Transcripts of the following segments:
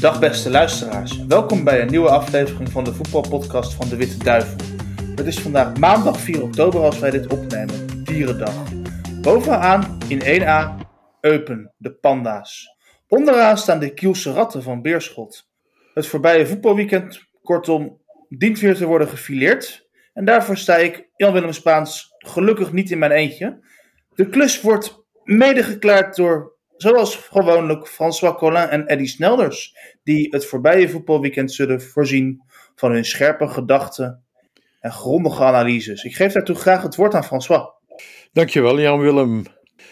Dag beste luisteraars, welkom bij een nieuwe aflevering van de voetbalpodcast van de Witte Duivel. Het is vandaag maandag 4 oktober als wij dit opnemen, Dierendag. Bovenaan in 1A, Eupen, de panda's. Onderaan staan de Kielse ratten van Beerschot. Het voorbije voetbalweekend, kortom, dient weer te worden gefileerd. En daarvoor sta ik, Jan-Willem Spaans, gelukkig niet in mijn eentje. De klus wordt mede geklaard door, zoals gewoonlijk, François Collin en Eddy Snelders, die het voorbije voetbalweekend zullen voorzien van hun scherpe gedachten en grondige analyses. Ik geef daartoe graag het woord aan François. Dankjewel, Jan-Willem.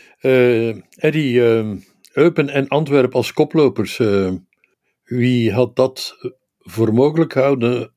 Eddy, Eupen en Antwerpen als koplopers. Wie had dat voor mogelijk gehouden?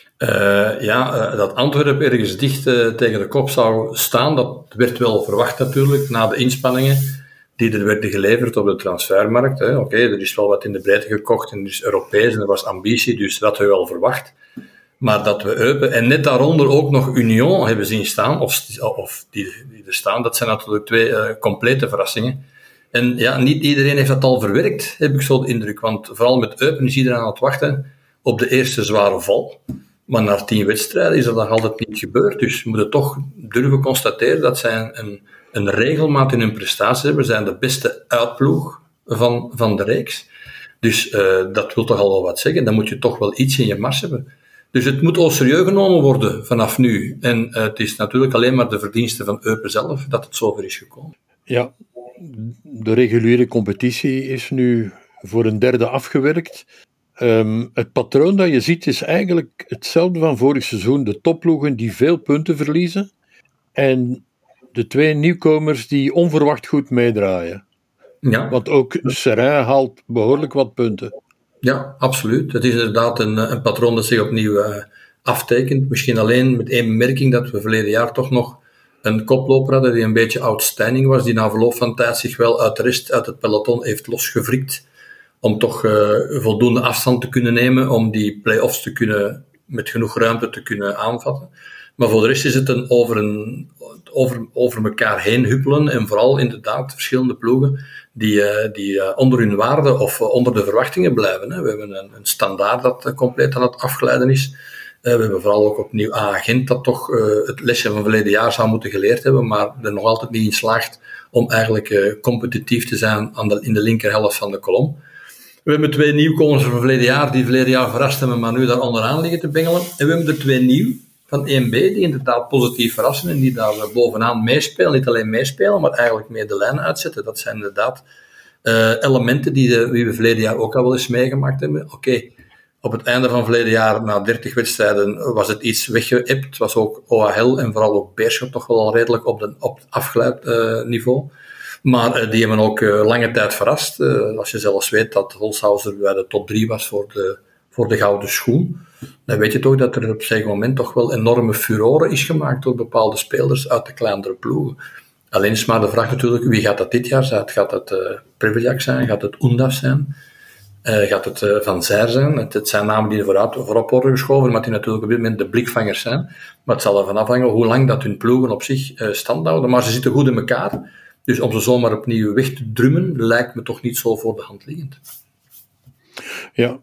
Dat Antwerpen ergens dicht tegen de kop zou staan, dat werd wel verwacht natuurlijk, na de inspanningen die er werden geleverd op de transfermarkt. Oké, er is wel wat in de breedte gekocht en er is Europees en er was ambitie, dus dat hebben we wel verwacht. Maar dat we Eupen en net daaronder ook nog Union hebben zien staan, of die er staan, dat zijn natuurlijk twee complete verrassingen. En ja, niet iedereen heeft dat al verwerkt, heb ik zo de indruk. Want vooral met Eupen is iedereen aan het wachten op de eerste zware val. Maar na 10 wedstrijden is dat nog altijd niet gebeurd. Dus we moeten toch durven constateren dat zij een regelmaat in hun prestaties hebben. Ze zijn de beste uitploeg van de reeks. Dus dat wil toch al wel wat zeggen. Dan moet je toch wel iets in je mars hebben. Dus het moet al serieus genomen worden vanaf nu. En het is natuurlijk alleen maar de verdienste van Eupen zelf dat het zover is gekomen. Ja, de reguliere competitie is nu voor een derde afgewerkt. Het patroon dat je ziet is eigenlijk hetzelfde van vorig seizoen. De topploegen die veel punten verliezen en de twee nieuwkomers die onverwacht goed meedraaien. Ja. Want ook Serrain haalt behoorlijk wat punten. Ja, absoluut. Het is inderdaad een patroon dat zich opnieuw aftekent. Misschien alleen met één bemerking dat we verleden jaar toch nog een koploper hadden die een beetje outstanding was, die na verloop van tijd zich wel uit de rest uit het peloton heeft losgewrikt om toch voldoende afstand te kunnen nemen, om die play-offs te kunnen, met genoeg ruimte te kunnen aanvatten. Maar voor de rest is het een over elkaar heen huppelen en vooral inderdaad verschillende ploegen die onder hun waarde of onder de verwachtingen blijven. Hè. We hebben een standaard dat compleet aan het afglijden is. We hebben vooral ook opnieuw Agent dat toch het lesje van verleden jaar zou moeten geleerd hebben, maar er nog altijd niet in slaagt om eigenlijk competitief te zijn in de linkerhelft van de kolom. We hebben 2 nieuwkomers van verleden jaar die verleden jaar verrast hebben, maar nu daar onderaan liggen te bengelen. En we hebben er 2 nieuw van 1B die inderdaad positief verrassen en die daar bovenaan meespelen. Niet alleen meespelen, maar eigenlijk meer de lijnen uitzetten. Dat zijn inderdaad elementen die we verleden jaar ook al wel eens meegemaakt hebben. Oké, op het einde van verleden jaar, na 30 wedstrijden, was het iets weggeëpt. Het was ook OHL en vooral ook Beerschot toch wel al redelijk op het afgeleid niveau. Maar die hebben ook lange tijd verrast. Als je zelfs weet dat Holshouser bij de top 3 was voor de gouden schoen, dan weet je toch dat er op een zeker moment toch wel enorme furore is gemaakt door bepaalde spelers uit de kleinere ploegen. Alleen is maar de vraag natuurlijk, wie gaat dat dit jaar zijn? Gaat het Priviljak zijn? Gaat het Undaf zijn? Gaat het Van Zijr zijn? Het zijn namen die voorop worden geschoven, maar die natuurlijk op dit moment de blikvangers zijn. Maar het zal ervan afhangen hoe lang dat hun ploegen op zich stand houden. Maar ze zitten goed in elkaar. Dus om ze zomaar opnieuw weg te drummen, lijkt me toch niet zo voor de hand liggend. Ja,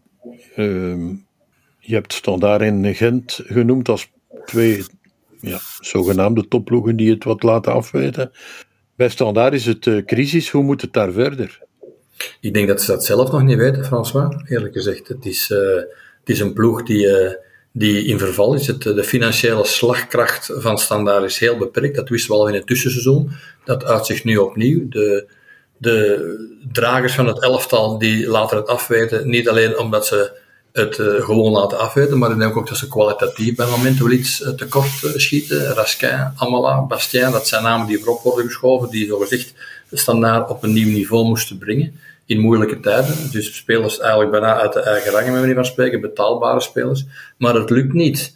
je hebt Standaard en Gent genoemd als 2 zogenaamde topploegen die het wat laten afweten. Bij Standaard is het crisis, hoe moet het daar verder? Ik denk dat ze dat zelf nog niet weten, François, eerlijk gezegd. Het is een ploeg die in verval is. De financiële slagkracht van Standaard is heel beperkt. Dat wisten we al in het tussenseizoen. Dat uitzicht nu opnieuw. De dragers van het elftal die laten het afweten. Niet alleen omdat ze het gewoon laten afweten, maar ik denk ook dat ze kwalitatief bij momenten wel iets tekort schieten. Raskin, Amala, Bastien, dat zijn namen die voorop worden geschoven, die zogezegd Standaard op een nieuw niveau moesten brengen in moeilijke tijden. Dus spelers eigenlijk bijna uit de eigen rangen, met manier van spreken, betaalbare spelers. Maar het lukt niet.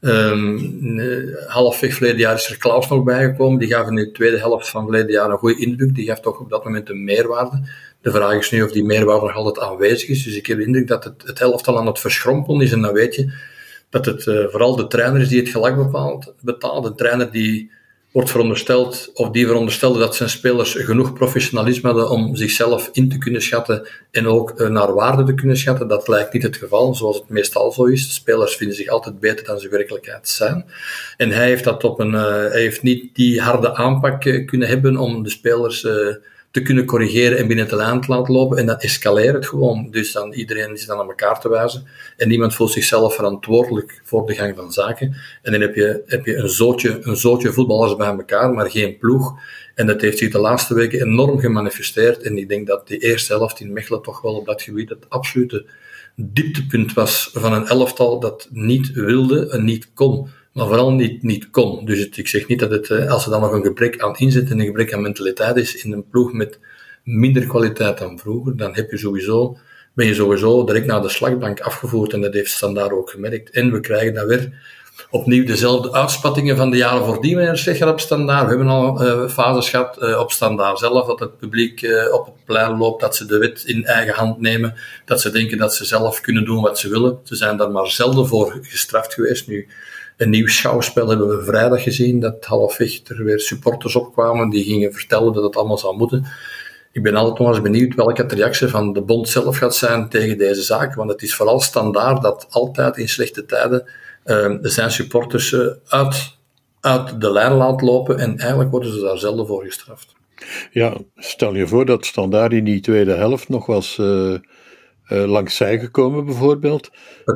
Halfweg verleden jaar is er Klaus nog bijgekomen. Die gaf in de tweede helft van verleden jaar een goede indruk. Die gaf toch op dat moment een meerwaarde. De vraag is nu of die meerwaarde nog altijd aanwezig is. Dus ik heb de indruk dat het elftal aan het verschrompelen is. En dan weet je dat het vooral de trainer is die het gelag betaalt. Een trainer die wordt verondersteld, of die veronderstelde dat zijn spelers genoeg professionalisme hadden om zichzelf in te kunnen schatten en ook naar waarde te kunnen schatten. Dat lijkt niet het geval, zoals het meestal zo is. De spelers vinden zich altijd beter dan ze werkelijkheid zijn. En hij heeft dat hij heeft niet die harde aanpak kunnen hebben om de spelers te kunnen corrigeren en binnen de lijn te laten lopen. En dan escaleert het gewoon. Dus dan iedereen is dan aan elkaar te wijzen. En niemand voelt zichzelf verantwoordelijk voor de gang van zaken. En dan heb je een zootje voetballers bij elkaar, maar geen ploeg. En dat heeft zich de laatste weken enorm gemanifesteerd. En ik denk dat die eerste helft in Mechelen toch wel op dat gebied het absolute dieptepunt was van een elftal dat niet wilde en niet kon. Maar vooral niet kon. Dus ik zeg niet dat het, als er dan nog een gebrek aan inzet en een gebrek aan mentaliteit is in een ploeg met minder kwaliteit dan vroeger, dan ben je sowieso direct naar de slagbank afgevoerd en dat heeft Standaard ook gemerkt. En we krijgen dan weer opnieuw dezelfde uitspattingen van de jaren voordien wanneer het gaat op Standaard. We hebben al fases gehad op Standaard zelf, dat het publiek op het plein loopt, dat ze de wet in eigen hand nemen, dat ze denken dat ze zelf kunnen doen wat ze willen. Ze zijn daar maar zelden voor gestraft geweest. Nu, een nieuw schouwspel hebben we vrijdag gezien, dat halfweg er weer supporters opkwamen, die gingen vertellen dat het allemaal zou moeten. Ik ben altijd nog eens benieuwd welke de reactie van de bond zelf gaat zijn tegen deze zaak, want het is vooral Standaard dat altijd in slechte tijden zijn supporters uit de lijn laat lopen en eigenlijk worden ze daar zelden voor gestraft. Ja, stel je voor dat Standaard in die tweede helft nog was langs zij gekomen bijvoorbeeld.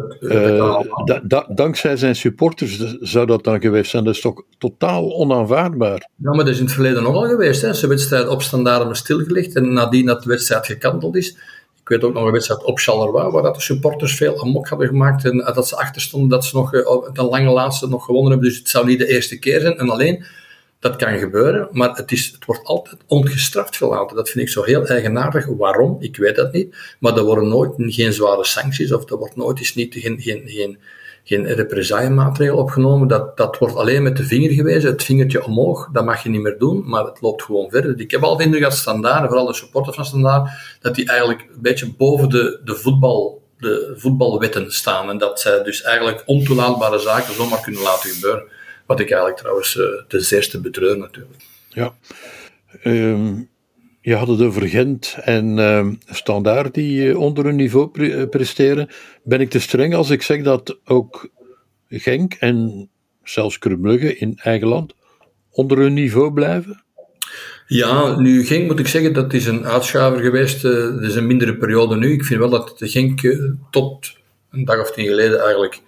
Dankzij zijn supporters zou dat dan geweest zijn. Dat is toch totaal onaanvaardbaar. Ja, maar dat is in het verleden nog al geweest. Hè. Zijn wedstrijd op Standaard hebben stilgelegd en nadien dat de wedstrijd gekanteld is. Ik weet ook nog een wedstrijd op Charleroi, waar dat de supporters veel amok hadden gemaakt en dat ze achter stonden dat ze nog de lange laatste nog gewonnen hebben. Dus het zou niet de eerste keer zijn. En alleen, dat kan gebeuren, maar het wordt altijd ongestraft gelaten. Dat vind ik zo heel eigenaardig. Waarom? Ik weet dat niet. Maar er worden nooit geen zware sancties, of er wordt nooit geen represaillemaatregel opgenomen. Dat wordt alleen met de vinger gewezen, het vingertje omhoog, dat mag je niet meer doen, maar het loopt gewoon verder. Ik heb altijd de indruk dat Standaard, vooral de supporters van Standaard, dat die eigenlijk een beetje boven de voetbalwetten staan en dat zij dus eigenlijk ontoelaatbare zaken zomaar kunnen laten gebeuren. Wat ik eigenlijk trouwens ten zeerste betreur natuurlijk. Ja. Je had het over Gent en Standaard die onder hun niveau presteren. Ben ik te streng als ik zeg dat ook Genk en zelfs Club Brugge in eigen land onder hun niveau blijven? Ja, nu Genk moet ik zeggen, dat is een uitschuiver geweest. Het is een mindere periode nu. Ik vind wel dat de Genk tot een dag of 10 geleden eigenlijk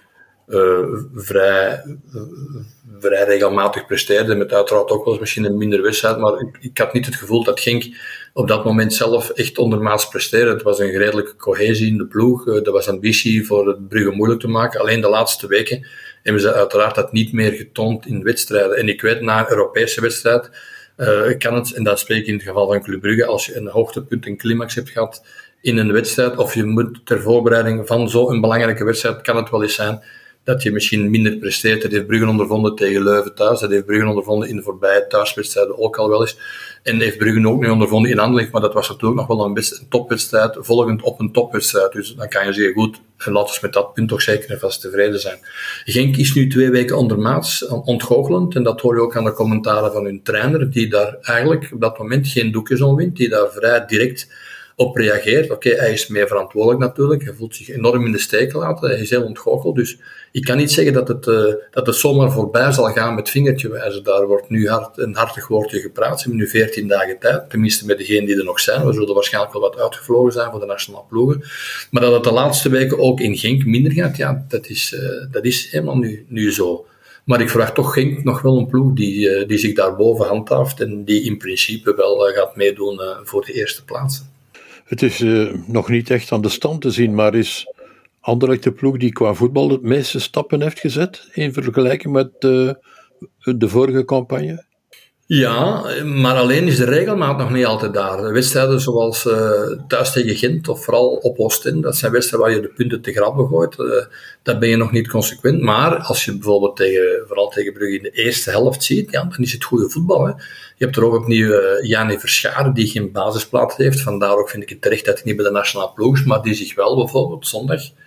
vrij regelmatig presteerde, met uiteraard ook wel eens misschien een minder wedstrijd, maar ik had niet het gevoel dat Genk op dat moment zelf echt ondermaats presteerde. Het was een redelijke cohesie in de ploeg, er was ambitie voor het Brugge moeilijk te maken. Alleen de laatste weken hebben ze uiteraard dat niet meer getoond in wedstrijden. En ik weet, na een Europese wedstrijd kan het, en dat spreek ik in het geval van Club Brugge, als je een hoogtepunt, een climax hebt gehad in een wedstrijd, of je moet ter voorbereiding van zo'n belangrijke wedstrijd, kan het wel eens zijn dat je misschien minder presteert. Dat heeft Brugge ondervonden tegen Leuven thuis. Dat heeft Brugge ondervonden in de voorbije thuiswedstrijden ook al wel eens. En heeft Brugge ook nu ondervonden in Anderlecht, maar dat was natuurlijk nog wel een topwedstrijd, volgend op een topwedstrijd. Dus dan kan je zeggen, goed, laten we met dat punt toch zeker en vast tevreden zijn. Genk is nu 2 weken ondermaats, ontgoochelend, en dat hoor je ook aan de commentaren van hun trainer, die daar eigenlijk op dat moment geen doekjes om wint, die daar vrij direct op reageert. Oké, hij is meer verantwoordelijk natuurlijk, hij voelt zich enorm in de steek gelaten, hij is heel ontgoocheld, dus ik kan niet zeggen dat het zomaar voorbij zal gaan met vingertje wijzen. Daar wordt nu een hartig woordje gepraat. Ze hebben nu 14 dagen tijd, tenminste met degenen die er nog zijn. We zullen waarschijnlijk wel wat uitgevlogen zijn voor de nationale ploegen. Maar dat het de laatste weken ook in Genk minder gaat, ja, dat is helemaal nu zo. Maar ik verwacht toch Genk nog wel een ploeg die zich daarboven handhaaft en die in principe wel gaat meedoen voor de eerste plaatsen. Het is nog niet echt aan de stand te zien, maar is Anderlecht de ploeg die qua voetbal het meeste stappen heeft gezet in vergelijking met de vorige campagne? Ja, maar alleen is de regelmaat nog niet altijd daar. Wedstrijden zoals thuis tegen Gent of vooral op Oostende, dat zijn wedstrijden waar je de punten te grabbelen gooit. Daar ben je nog niet consequent. Maar als je bijvoorbeeld vooral tegen Brugge in de eerste helft ziet, ja, dan is het goede voetbal. Hè. Je hebt er ook opnieuw Jani Verscharen, die geen basisplaats heeft. Vandaar ook vind ik het terecht dat hij niet bij de nationale ploeg is, maar die zich wel bijvoorbeeld zondag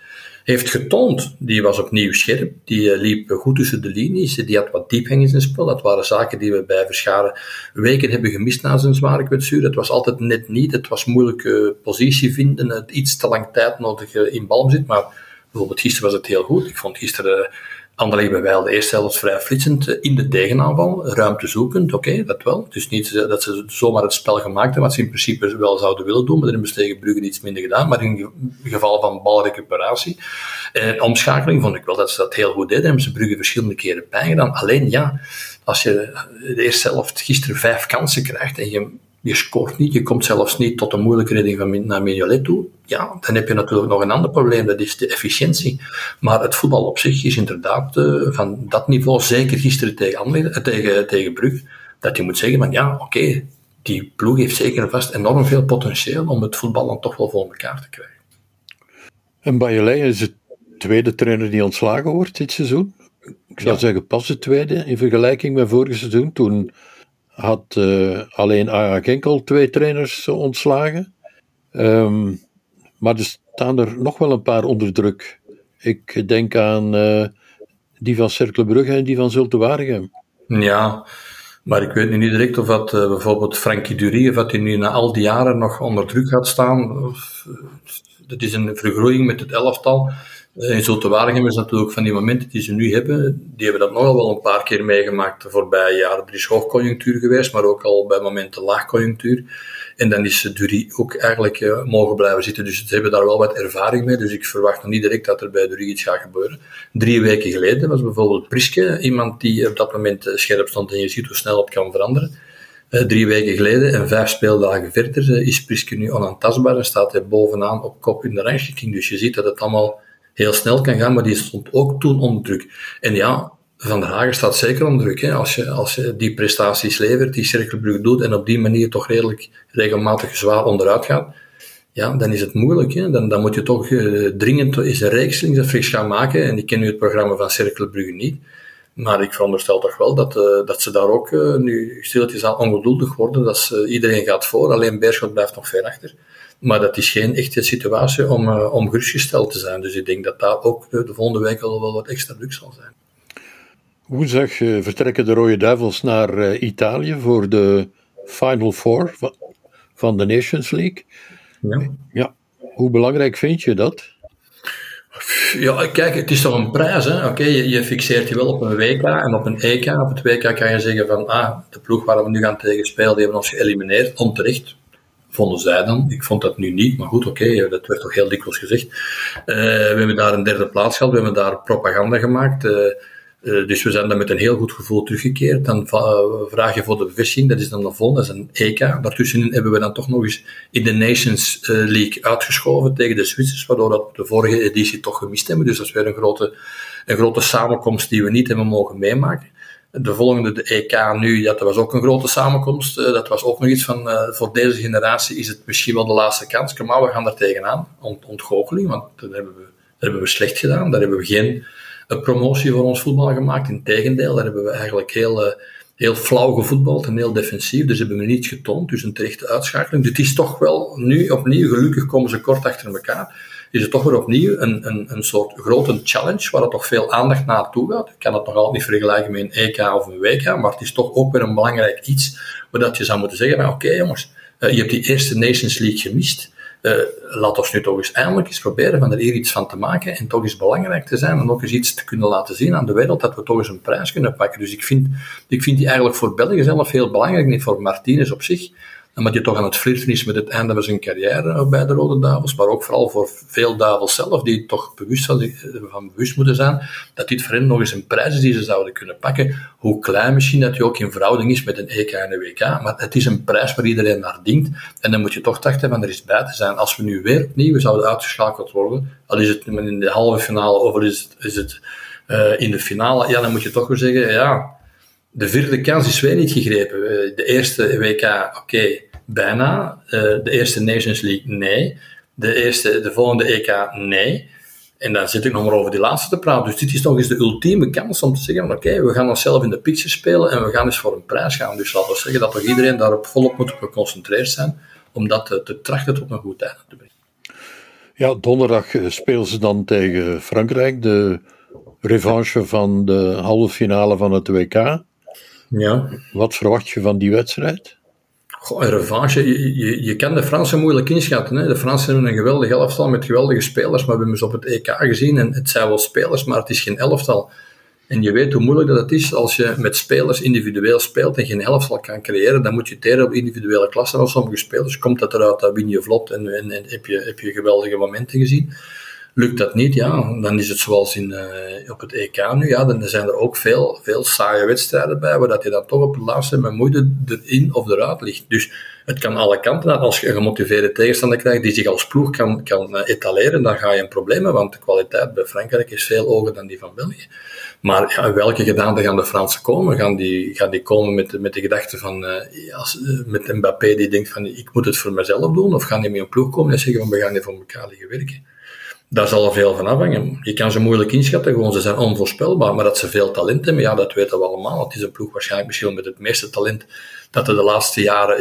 heeft getoond. Die was opnieuw scherp, die liep goed tussen de linies, die had wat diepgang in zijn spel. Dat waren zaken die we bij Verscharen weken hebben gemist na zijn zware kwetsuur. Het was altijd net niet, het was moeilijke positie vinden, het iets te lang tijd nodig in balbezit, maar bijvoorbeeld gisteren was het heel goed. Ik vond gisteren Anderlecht bij Weil de eerste helft vrij flitsend in de tegenaanval, ruimte zoekend, oké, dat wel. Dus niet dat ze zomaar het spel gemaakt hebben, wat ze in principe wel zouden willen doen, maar dat hebben ze tegen Brugge iets minder gedaan. Maar in geval van balrecuperatie en omschakeling vond ik wel dat ze dat heel goed deden. Hebben ze Brugge verschillende keren pijn gedaan. Alleen ja, als je de eerste helft gisteren 5 kansen krijgt en je scoort niet, je komt zelfs niet tot een moeilijke redding naar Mignolet toe, ja, dan heb je natuurlijk nog een ander probleem, dat is de efficiëntie. Maar het voetbal op zich is inderdaad van dat niveau, zeker gisteren tegen Brugge, dat je moet zeggen van ja, oké, die ploeg heeft zeker en vast enorm veel potentieel om het voetbal dan toch wel voor elkaar te krijgen. En Bayerlei is de tweede trainer die ontslagen wordt dit seizoen. Ik zou zeggen pas de tweede, in vergelijking met vorig seizoen. Toen had alleen Ajax Genkel 2 trainers ontslagen. Maar er staan er nog wel een paar onder druk. Ik denk aan die van Cercle Brugge en die van Zulte Waregem. Ja, maar ik weet nu niet direct of dat bijvoorbeeld Frankie Dury, of dat hij nu na al die jaren nog onder druk gaat staan. Dat is een vergroeiing met het elftal. In Zulte Waregem is natuurlijk van die momenten die ze nu hebben, die hebben dat nogal wel een paar keer meegemaakt de voorbije jaren. Er is hoogconjunctuur geweest, maar ook al bij momenten laagconjunctuur. En dan is Dury ook eigenlijk mogen blijven zitten. Dus ze hebben daar wel wat ervaring mee. Dus ik verwacht nog niet direct dat er bij Dury iets gaat gebeuren. 3 weken geleden was bijvoorbeeld Priske iemand die op dat moment scherp stond. En je ziet hoe snel het kan veranderen. 3 weken geleden en 5 speeldagen verder is Priske nu onaantastbaar en staat hij bovenaan op kop in de rangschikking. Dus je ziet dat het allemaal heel snel kan gaan, maar die stond ook toen onder druk. En ja, Van der Hagen staat zeker onder druk. Hè. Als je die prestaties levert, die Cercle Brugge doet en op die manier toch redelijk regelmatig zwaar onderuit gaat, ja, dan is het moeilijk. Hè. Dan moet je toch dringend eens een reeks links gaan maken. En ik ken nu het programma van Cercle Brugge niet. Maar ik veronderstel toch wel dat ze daar ook nu stilletjes aan ongeduldig worden. Dat iedereen gaat voor, alleen Beerschot blijft nog ver achter. Maar dat is geen echte situatie om gerustgesteld te zijn. Dus ik denk dat daar ook de volgende week al wel wat extra druk zal zijn. Woensdag vertrekken de Rode Duivels naar Italië voor de Final Four van de Nations League. Ja. Hoe belangrijk vind je dat? Ja, kijk, het is toch een prijs, hè? Oké, je fixeert je wel op een WK en op een EK. Op het WK kan je zeggen van, de ploeg waar we nu gaan tegen spelen, die hebben ons geëlimineerd, onterecht. Vonden zij dan. Ik vond dat nu niet, maar goed, oké, dat werd toch heel dikwijls gezegd. We hebben daar een 3e plaats gehad, we hebben daar propaganda gemaakt. Dus we zijn dan met een heel goed gevoel teruggekeerd. Dan vraag je voor de bevestiging, dat is dan de volgende, dat is een EK. Daartussenin hebben we dan toch nog eens in de Nations League uitgeschoven tegen de Zwitsers, waardoor dat de vorige editie toch gemist hebben. Dus dat is weer een grote samenkomst die we niet hebben mogen meemaken. De volgende, de EK nu, dat was ook een grote samenkomst. Dat was ook nog iets van, voor deze generatie is het misschien wel de laatste kans. Maar we gaan daar tegenaan, ontgoocheling, want dat hebben we slecht gedaan. Daar hebben we geen promotie voor ons voetbal gemaakt. Integendeel, daar hebben we eigenlijk heel flauw gevoetbald en heel defensief. Dus hebben we niets getoond, dus een terechte uitschakeling. Dus het is toch wel nu opnieuw, gelukkig komen ze kort achter elkaar, is het toch weer opnieuw een soort grote challenge, waar er toch veel aandacht naartoe gaat. Ik kan het nog altijd niet vergelijken met een EK of een WK, maar het is toch ook weer een belangrijk iets, waar dat je zou moeten zeggen, oké, jongens, je hebt die eerste Nations League gemist, laat ons nu toch eens eindelijk eens proberen van er hier iets van te maken en toch eens belangrijk te zijn en ook eens iets te kunnen laten zien aan de wereld, dat we toch eens een prijs kunnen pakken. Dus ik vind die eigenlijk voor België zelf heel belangrijk, niet voor Martinez op zich, omdat je toch aan het flirten is met het einde van zijn carrière bij de Rode Duivels, maar ook vooral voor veel Duivels zelf, die toch bewust moeten zijn, dat dit voor hen nog eens een prijs is die ze zouden kunnen pakken. Hoe klein misschien dat je ook in verhouding is met een EK en een WK, maar het is een prijs waar iedereen naar dingt. En dan moet je toch dachten van er is bij te zijn. Als we nu weer opnieuw zouden uitgeschakeld worden, al is het in de halve finale of is het in de finale, ja, dan moet je toch weer zeggen, ja, de 4e kans is weer niet gegrepen. De eerste WK, oké, bijna. De eerste Nations League, nee. De volgende EK, nee. En dan zit ik nog maar over die laatste te praten. Dus dit is nog eens de ultieme kans om te zeggen, oké, we gaan onszelf in de picture spelen en we gaan eens voor een prijs gaan. Dus laten we zeggen dat toch iedereen daarop volop moet geconcentreerd zijn om dat te trachten tot een goed einde te brengen. Ja, donderdag spelen ze dan tegen Frankrijk, de revanche van de halve finale van het WK. Ja. Wat verwacht je van die wedstrijd? Goh, een revanche. Je kan de Fransen moeilijk inschatten. Hè. De Fransen hebben een geweldig elftal met geweldige spelers, maar we hebben ze op het EK gezien en het zijn wel spelers, maar het is geen elftal. En je weet hoe moeilijk dat het is als je met spelers individueel speelt en geen elftal kan creëren, dan moet je teren op individuele klassen van sommige spelers. Komt dat eruit, dan win je vlot en heb je geweldige momenten gezien. Lukt dat niet, ja, dan is het zoals op het EK nu. Ja, dan zijn er ook veel saaie wedstrijden bij, waar dat je dan toch op het laatste met moeite erin of eruit ligt. Dus het kan alle kanten uit. Als je een gemotiveerde tegenstander krijgt die zich als ploeg kan etaleren, dan ga je een probleem hebben, want de kwaliteit bij Frankrijk is veel hoger dan die van België. Maar ja, welke gedaante gaan de Fransen komen? Gaan die komen met de gedachte van, met Mbappé die denkt van, ik moet het voor mezelf doen? Of gaan die met een ploeg komen en zeggen van, we gaan hier voor elkaar liggen werken? Daar zal er veel van afhangen. Je kan ze moeilijk inschatten, gewoon ze zijn onvoorspelbaar, maar dat ze veel talent hebben, ja, dat weten we allemaal. Het is een ploeg waarschijnlijk misschien met het meeste talent dat er de laatste jaren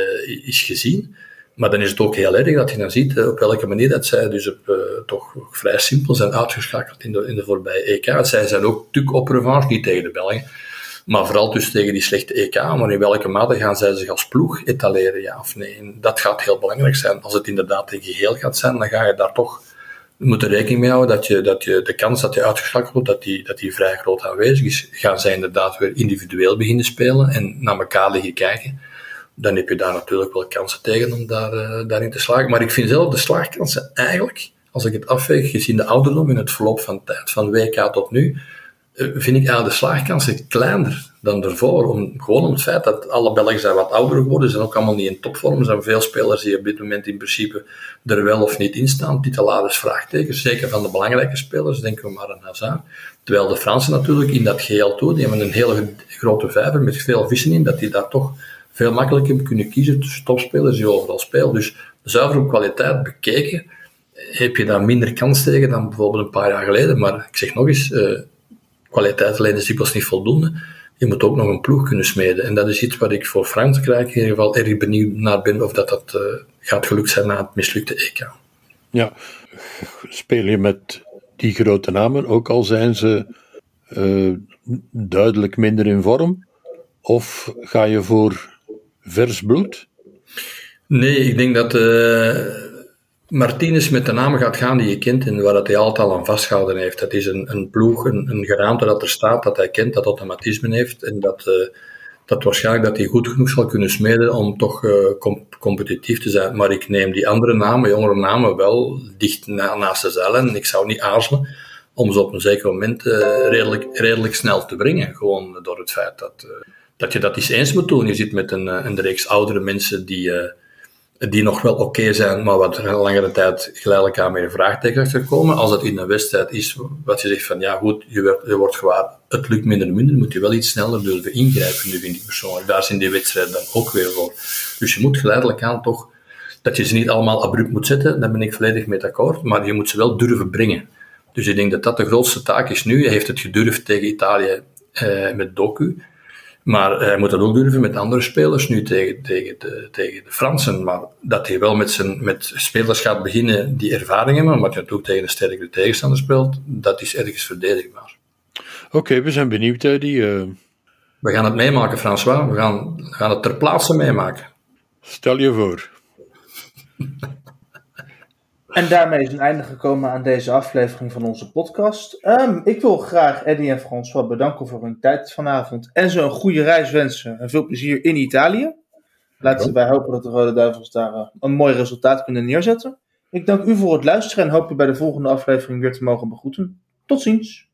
is gezien. Maar dan is het ook heel erg dat je dan ziet op welke manier dat zij dus toch vrij simpel zijn uitgeschakeld in de voorbije EK. Zij zijn ook natuurlijk op revanche, niet tegen de Belgen, maar vooral dus tegen die slechte EK. Maar in welke mate gaan zij zich als ploeg etaleren, ja of nee? En dat gaat heel belangrijk zijn. Als het inderdaad tegen geheel gaat zijn, dan ga je daar toch moeten rekening mee houden dat je de kans dat je uitgeschakeld wordt, dat die vrij groot aanwezig is. Gaan zij inderdaad weer individueel beginnen spelen en naar elkaar liggen kijken, dan heb je daar natuurlijk wel kansen tegen om daarin te slagen. Maar ik vind zelf de slaagkansen eigenlijk, als ik het afweeg, gezien de ouderdom in het verloop van tijd, van WK tot nu, vind ik eigenlijk de slaagkansen kleiner dan ervoor. Gewoon om het feit dat alle Belgen zijn wat ouder geworden, zijn ook allemaal niet in topvorm. Er zijn veel spelers die op dit moment in principe er wel of niet in staan. Titularis vraagtekens, zeker van de belangrijke spelers, denken we maar aan Hazard. Terwijl de Fransen natuurlijk in dat geheel toe, die hebben een hele grote vijver met veel vissen in, dat die daar toch veel makkelijker kunnen kiezen tussen topspelers die overal spelen. Dus zuiver op kwaliteit bekeken, heb je daar minder kans tegen dan bijvoorbeeld een paar jaar geleden. Maar ik zeg nog eens, kwaliteit alleen is dikwijls niet voldoende. Je moet ook nog een ploeg kunnen smeden. En dat is iets waar ik voor Frankrijk in ieder geval erg benieuwd naar ben of dat gaat gelukt zijn na het mislukte EK. Ja, speel je met die grote namen, ook al zijn ze duidelijk minder in vorm? Of ga je voor vers bloed? Nee, ik denk dat Martinez met de namen gaat gaan die je kent en waar hij altijd al aan vastgehouden heeft. Dat is een ploeg, een geraamte dat er staat, dat hij kent, dat automatisme heeft en dat waarschijnlijk dat hij goed genoeg zal kunnen smeden om toch competitief te zijn. Maar ik neem die andere namen, jongere namen, wel dicht naast de zeilen en ik zou niet aarzelen om ze op een zeker moment redelijk snel te brengen. Gewoon door het feit dat je dat eens eens moet doen. Je zit met een reeks oudere mensen die nog wel oké zijn, maar wat een langere tijd geleidelijk aan meer vraagtekens achter komen. Als het in een wedstrijd is wat je zegt van ja goed, je wordt gewaar, het lukt minder, moet je wel iets sneller durven ingrijpen, nu vind ik persoonlijk. Daar zijn die wedstrijden dan ook weer voor. Dus je moet geleidelijk aan toch, dat je ze niet allemaal abrupt moet zetten, daar ben ik volledig mee akkoord, maar je moet ze wel durven brengen. Dus ik denk dat dat de grootste taak is nu. Hij heeft het gedurfd tegen Italië met Doku. Maar hij moet dat ook durven met andere spelers, nu tegen de Fransen. Maar dat hij wel met spelers gaat beginnen die ervaring hebben, omdat je natuurlijk tegen een sterkere tegenstander speelt, dat is ergens verdedigbaar. Oké, we zijn benieuwd, Eddie. We gaan het meemaken, François. We gaan het ter plaatse meemaken. Stel je voor. En daarmee is een einde gekomen aan deze aflevering van onze podcast. Ik wil graag Eddie en François bedanken voor hun tijd vanavond. En ze een goede reis wensen en veel plezier in Italië. Laten wij hopen dat de Rode Duivels daar een mooi resultaat kunnen neerzetten. Ik dank u voor het luisteren en hoop u bij de volgende aflevering weer te mogen begroeten. Tot ziens.